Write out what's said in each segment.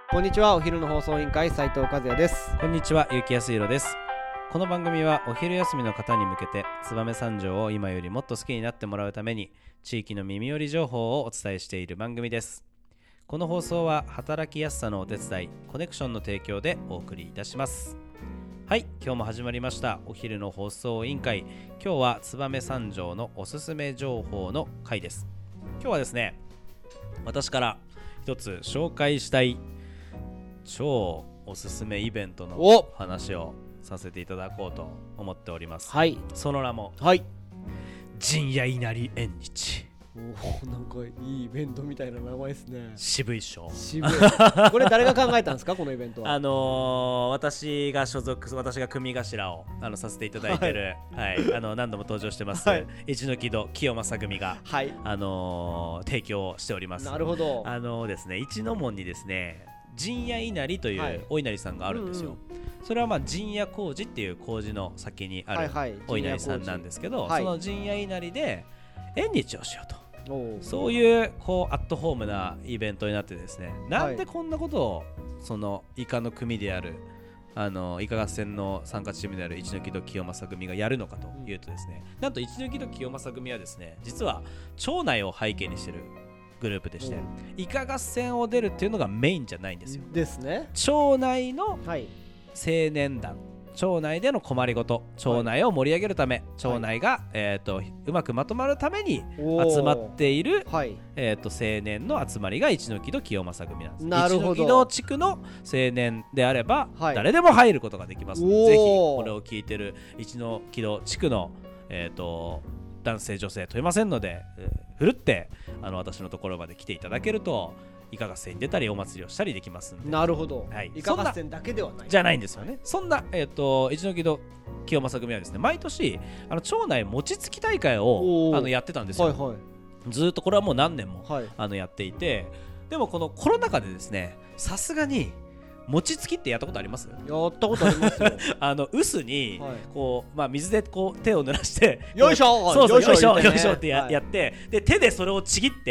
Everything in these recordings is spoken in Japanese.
こんにちは。お昼の放送委員会斉藤和也です。 こんにちは、結城康弘です。この番組はお昼休みの方に向けて燕三条を今よりもっと好きになってもらうために地域の耳寄り情報をお伝えしている番組です。この放送は働きやすさのお手伝いコネクションの提供でお送りいたします。はい、今日も始まりましたお昼の放送委員会。今日は燕三条のおすすめ情報の回です。今日はですね、私から一つ紹介したい超おすすめイベントの話をさせていただこうと思っております。 はい。 その名も、 はい。 陣屋稲荷縁日。 なんかいいイベントみたいな名前ですね。 渋いっしょ。 渋い。これ誰が考えたんですか、このイベントは。 私が組頭をさせていただいてる、はい、何度も登場してます、はい、一ノ木戸清正組が、はい、提供しております。 なるほど。 ですね、一ノ門にですね、陣屋稲荷というお稲荷さんがあるんですよ。それは陣屋工事っていう工事の先にあるお稲荷さんなんですけど、その陣屋稲荷で縁日をしようと。そういうアットホームなイベントになってですね、なんでこんなことをそのイカの組であるイカ合戦の参加チームである一ノ木戸清正組がやるのかというとですね、なんと一ノ木戸清正組はですね、実は町内を背景にしてるグループでして、イカ合戦を出るっていうのがメインじゃないんですよ。 ですね。 町内の青年団、町内での困りごと、町内を盛り上げるため、町内が、うまくまとまるために集まっている、青年の集まりが一ノ木戸清正組なんです。 なるほど。 一ノ木戸地区の青年であれば、誰でも入ることができますので、ぜひこれを聞いてる一ノ木戸地区の、男性女性問いませんので、ふるって私のところまで来ていただけるとイカ合戦に出たりお祭りをしたりできますんで。 なるほど、 はい、 イカ合戦だけではないじゃないんですよね。そんな、一ノ木戸清正組はですね、毎年町内餅つき大会をやってたんですよ、はいはい、ずっとこれはもう何年も、やっていて、でもこのコロナ禍でですね、さすがに餅つきってやったことあります？ やったことありますよ。 臼に水で手を濡らしてよいしょそうよいしょよいしょってやって、で手でそれをちぎって、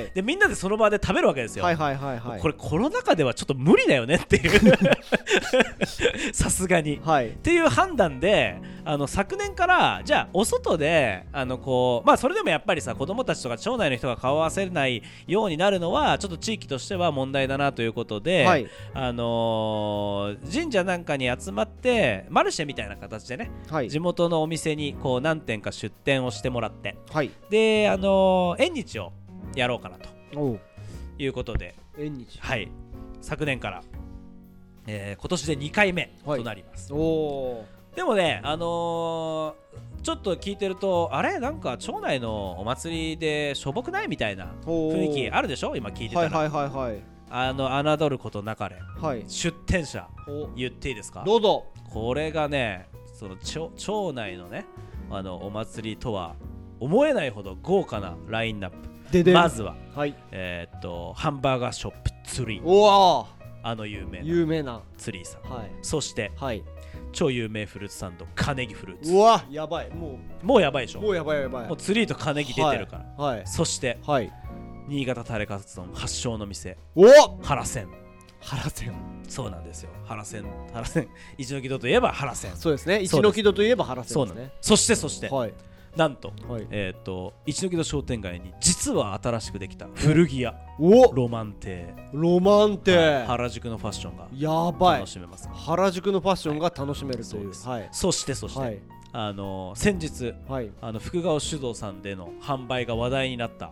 でみんなでその場で食べるわけですよ。これコロナ禍ではちょっと無理だよねっていうさすがに、っていう判断で昨年からじゃあお外でそれでもやっぱりさ、子供たちとか町内の人が顔を合わせないようになるのはちょっと地域としては問題だなということで、神社なんかに集まってマルシェみたいな形でね、地元のお店に何店か出店をしてもらって、で縁日をやろうかなということで、縁日、昨年から、今年で2回目となります。でもね、ちょっと聞いてると、あれなんか町内のお祭りでしょぼくないみたいな雰囲気あるでしょ、今聞いてたら。侮ることなかれ、出店者言っていいですか？ どうぞ。これがね、その町内のね、お祭りとは思えないほど豪華なラインナップ。まずは、ハンバーガーショップツリー、有名なツリーさん、そして、超有名フルーツサンドカネギフルーツ。 うわ、やばい。 もうやばいでしょ。 もうやばい。 もうツリーとカネギ出てるから、そして、新潟タレカツ丼発祥の店、原仙。そうなんですよ。原仙一ノ木戸といえば原仙。 そうですね。一ノ木戸といえば原仙ですね。 そして、なんと、一ノ木戸商店街に実は新しくできた古着屋、ロマン亭。原宿のファッションが楽しめます。 原宿のファッションが楽しめるという。 そして、先日、福川酒造さんでの販売が話題になった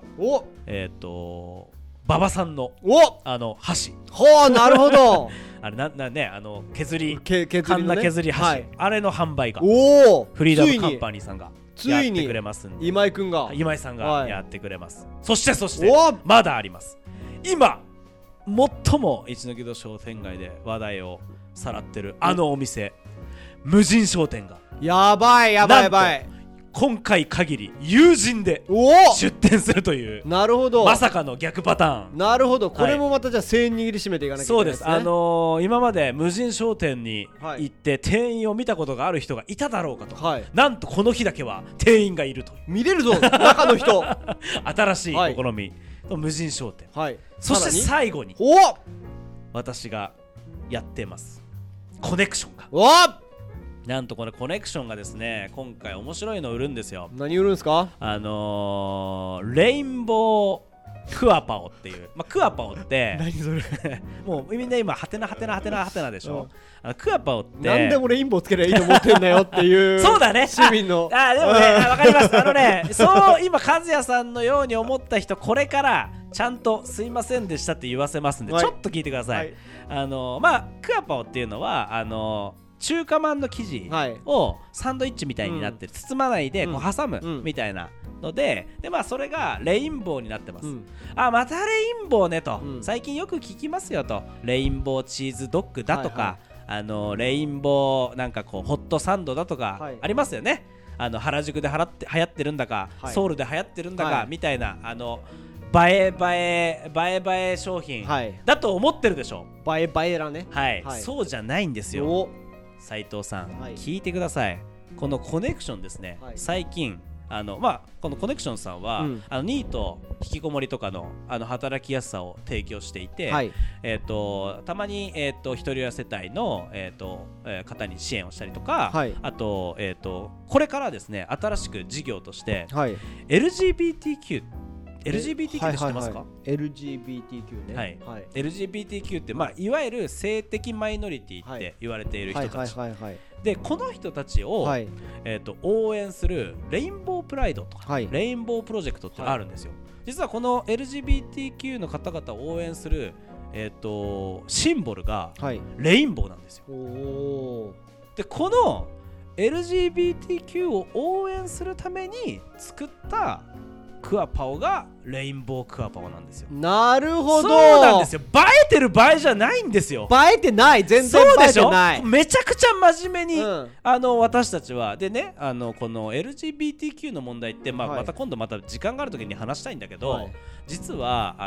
馬場さんの箸。 なるほど。 あれね、削りカンナ削り箸、あれの販売がフリーダムカンパニーさんがやってくれますんで、 今井さんがやってくれます。そしてまだあります。今最も一ノ木戸商店街で話題をさらってるお店、無人商店がやばい。 今回限り友人で出店するという。 なるほど。 まさかの逆パターン。 なるほど。これもまたじゃあ1000円握りしめていかなきゃいけないですね。 そうです。今まで無人商店に行って店員を見たことがある人がいただろうかと、なんとこの日だけは店員がいると。 見れるぞ中の人。 新しい試み、無人商店、そして最後に私がやってます。コネクションが。なんとこれコネクションがですね、今回面白いの売るんですよ。 何売るんですか？ レインボークワパオっていう、クワパオって何それもうみんな今ハテナハテナハテナハテナでしょ、クワパオって何でもレインボーつければいいと思ってんだよっていうそうだね、 市民のでもねわかります。そう今和也さんのように思った人、これからちゃんとすいませんでしたって言わせますんで、ちょっと聞いてください。クワパオっていうのは中華まんの生地をサンドイッチみたいになって包まないでこう挟むみたいなので、それがレインボーになってます。またレインボーねと、最近よく聞きますよと。レインボーチーズドッグだとか、レインボーなんかこうホットサンドだとかありますよね。原宿で流行ってるんだか、ソウルで流行ってるんだかみたいな映え商品だと思ってるでしょ。 映えらね。 そうじゃないんですよ。斉藤さん、聞いてください。このコネクションですね、最近このコネクションさんは、ニート引きこもりとかの働きやすさを提供していて、たまに一人親世帯の方に支援をしたりとか、あとこれからですね、新しく事業として、LGBTQ って知ってますか ？LGBTQ ね。 LGBTQ っていわゆる性的マイノリティって言われている人たちで、この人たちを応援するレインボープライドとかレインボープロジェクトってあるんですよ。実はこの LGBTQ の方々を応援するシンボルがレインボーなんですよ。でこの LGBTQ を応援するために作ったクワパオがレインボークワパオなんですよ。 なるほど。 そうなんですよ。映えてる場合じゃないんですよ。 映えてない。全然映えてない。 めちゃくちゃ真面目に、私たちはでね、この LGBTQ の問題って、また今度また時間がある時に話したいんだけど、実は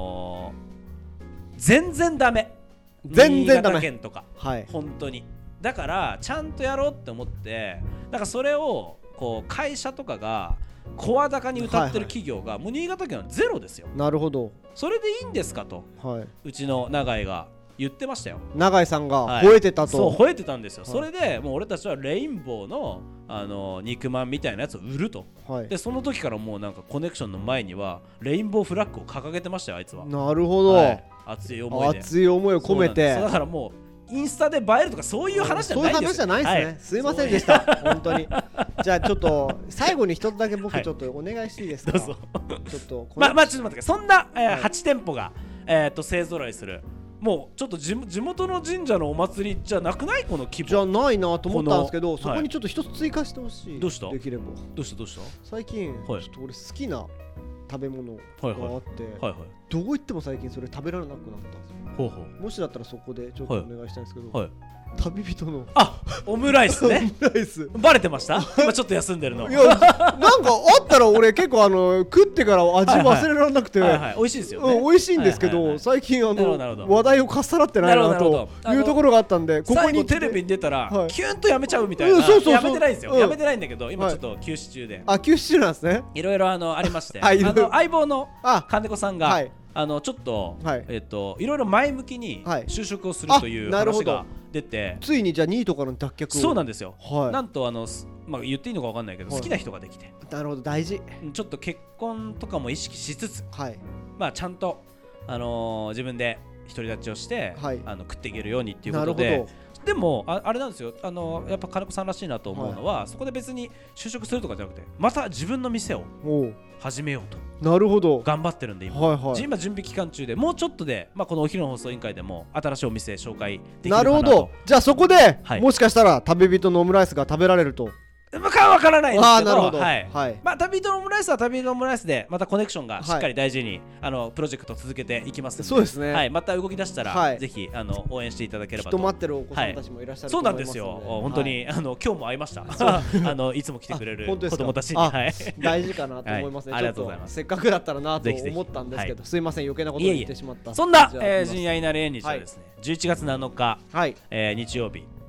全然ダメ。 全然ダメ。 新潟県とか、本当に。だからちゃんとやろうって思って、だからそれをこう会社とかが声高に歌ってる企業がもう新潟県はゼロですよ。 なるほど。 それでいいんですかと、うちの永井が言ってましたよ。 永井さんが吠えてたと。 そう吠えてたんですよ。それでもう俺たちはレインボーの肉まんみたいなやつを売ると。でその時からもうなんかコネクションの前にはレインボーフラッグを掲げてましたよ、あいつは。 なるほど。 熱い思いで。 熱い思いを込めて。 だからもうインスタで映えるとかそういう話じゃないんですよ。そういう話じゃないですね。すいませんでした。本当に。じゃあちょっと最後に一つだけ僕ちょっとお願いしていいですか？ どうぞ。 ちょっとちょっと待ってください。そんな8店舗が勢ぞろいする。もうちょっと地元の神社のお祭りじゃなくない？この規模。 じゃないなと思ったんですけど、そこにちょっと一つ追加してほしい。 どうした？ できれば。 どうした？ 最近ちょっと俺好きな食べ物があって、どう言っても最近それ食べられなくなったんですよ。もしだったらそこでちょっとお願いしたいんですけど、旅人のオムライスね。 オムライスバレてました？今ちょっと休んでるの。 いやなんかあったら俺結構食ってから味忘れられなくて、 美味しいですよね。 美味しいんですけど、最近話題をかっさらってないなというところがあったんで、 ここにテレビに出たらキュンとやめちゃうみたいな。やめてないんですよ。やめてないんだけど、今ちょっと休止中で。 休止中なんですね。 いろいろありまして、相棒の金子さんがちょっといろいろ前向きに就職をするという話が出て、 ついにじゃあ2位とかの脱却を。 そうなんですよ。なんと言っていいのか分かんないけど、好きな人ができて。 なるほど、大事。 ちょっと結婚とかも意識しつつ、ちゃんと自分で独り立ちをして食っていけるようにっていうことで。でもあれなんですよ。やっぱ金子さんらしいなと思うのは、そこで別に就職するとかじゃなくて、また自分の店を始めようと。 なるほど。 頑張ってるんで今準備期間中で、もうちょっとでこのお昼の放送委員会でも新しいお店紹介できるかなと。 なるほど。じゃあそこでもしかしたら旅人のオムライスが食べられると。 わからないんですけど、旅人のオムライスは旅人のオムライスでまたコネクションがしっかり大事にプロジェクトを続けていきますので、 そうですね。 また動き出したらぜひ応援していただければと。 きっと待ってるお子さんたちもいらっしゃると思いますので。そうなんでですよ。本当に今日も会いました。いつも来てくれる子供たちに大事かなと思いますね。ありがとうございます。せっかくだったらなと思ったんですけど、すいません余計なことを言ってしまった。 そんな陣愛なる縁日はですね、11月7日日曜日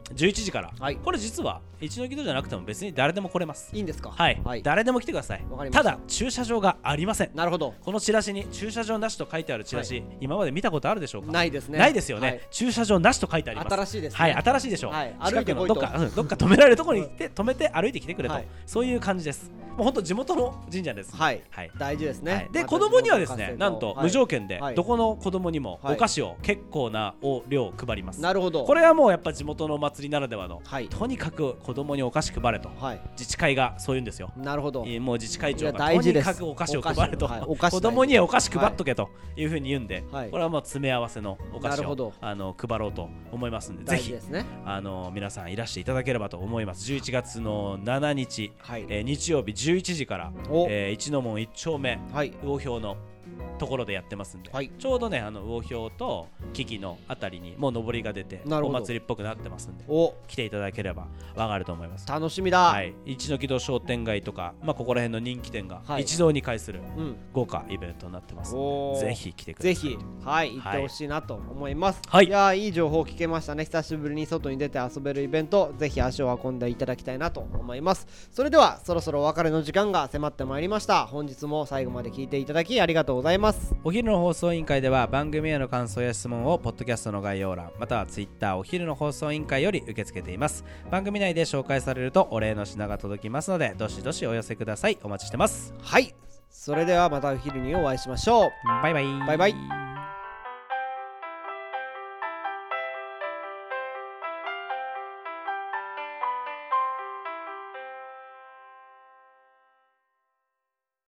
11時から、これ実は一ノ木戸じゃなくても別に誰でも来れます。 いいんですか？ はい、誰でも来てください。ただ駐車場がありません。 なるほど。 このチラシに駐車場なしと書いてあるチラシ、今まで見たことあるでしょうか？ ないですね。 ないですよね。駐車場なしと書いてあります。 新しいですね。 はい、新しいでしょう。 歩いてこいと。 どっか止められるところに行って止めて歩いてきてくれと、そういう感じです。もう本当地元の神社です。 はい、大事ですね。 で子供にはですね、なんと無条件でどこの子供にもお菓子を結構な量配ります。 なるほど。 これはもうやっぱ地元のお祭りならではの、とにかく子供にお菓子配れと、自治会がそう言うんですよ。 なるほど。 もう自治会長がとにかくお菓子を配ると、子供にお菓子配っとけというふうに言うんで、これはもう詰め合わせのお菓子を配ろうと思いますんで、ぜひ皆さんいらしていただければと思います。11月の7日、日曜日11時から一の門一丁目魚氷のところでやってますんで、ちょうどね魚氷と木々のあたりにもう上りが出てお祭りっぽくなってますんで、来ていただければわかると思います。 楽しみだ。 一ノ木戸商店街とか、ここら辺の人気店が一堂に会する豪華イベントになってますので、ぜひ来てください。 ぜひ行ってほしいなと思います。いやいい情報聞けましたね。久しぶりに外に出て遊べるイベント、ぜひ足を運んでいただきたいなと思います。それではそろそろお別れの時間が迫ってまいりました。本日も最後まで聞いていただきありがとうございます。 お昼の放送委員会では番組への感想や質問をポッドキャストの概要欄またはツイッターお昼の放送委員会より受け付けています。番組内で紹介されるとお礼の品が届きますので、どしどしお寄せください。お待ちしてます。 はい、それではまたお昼にお会いしましょう。 バイバイ。 バイバイ。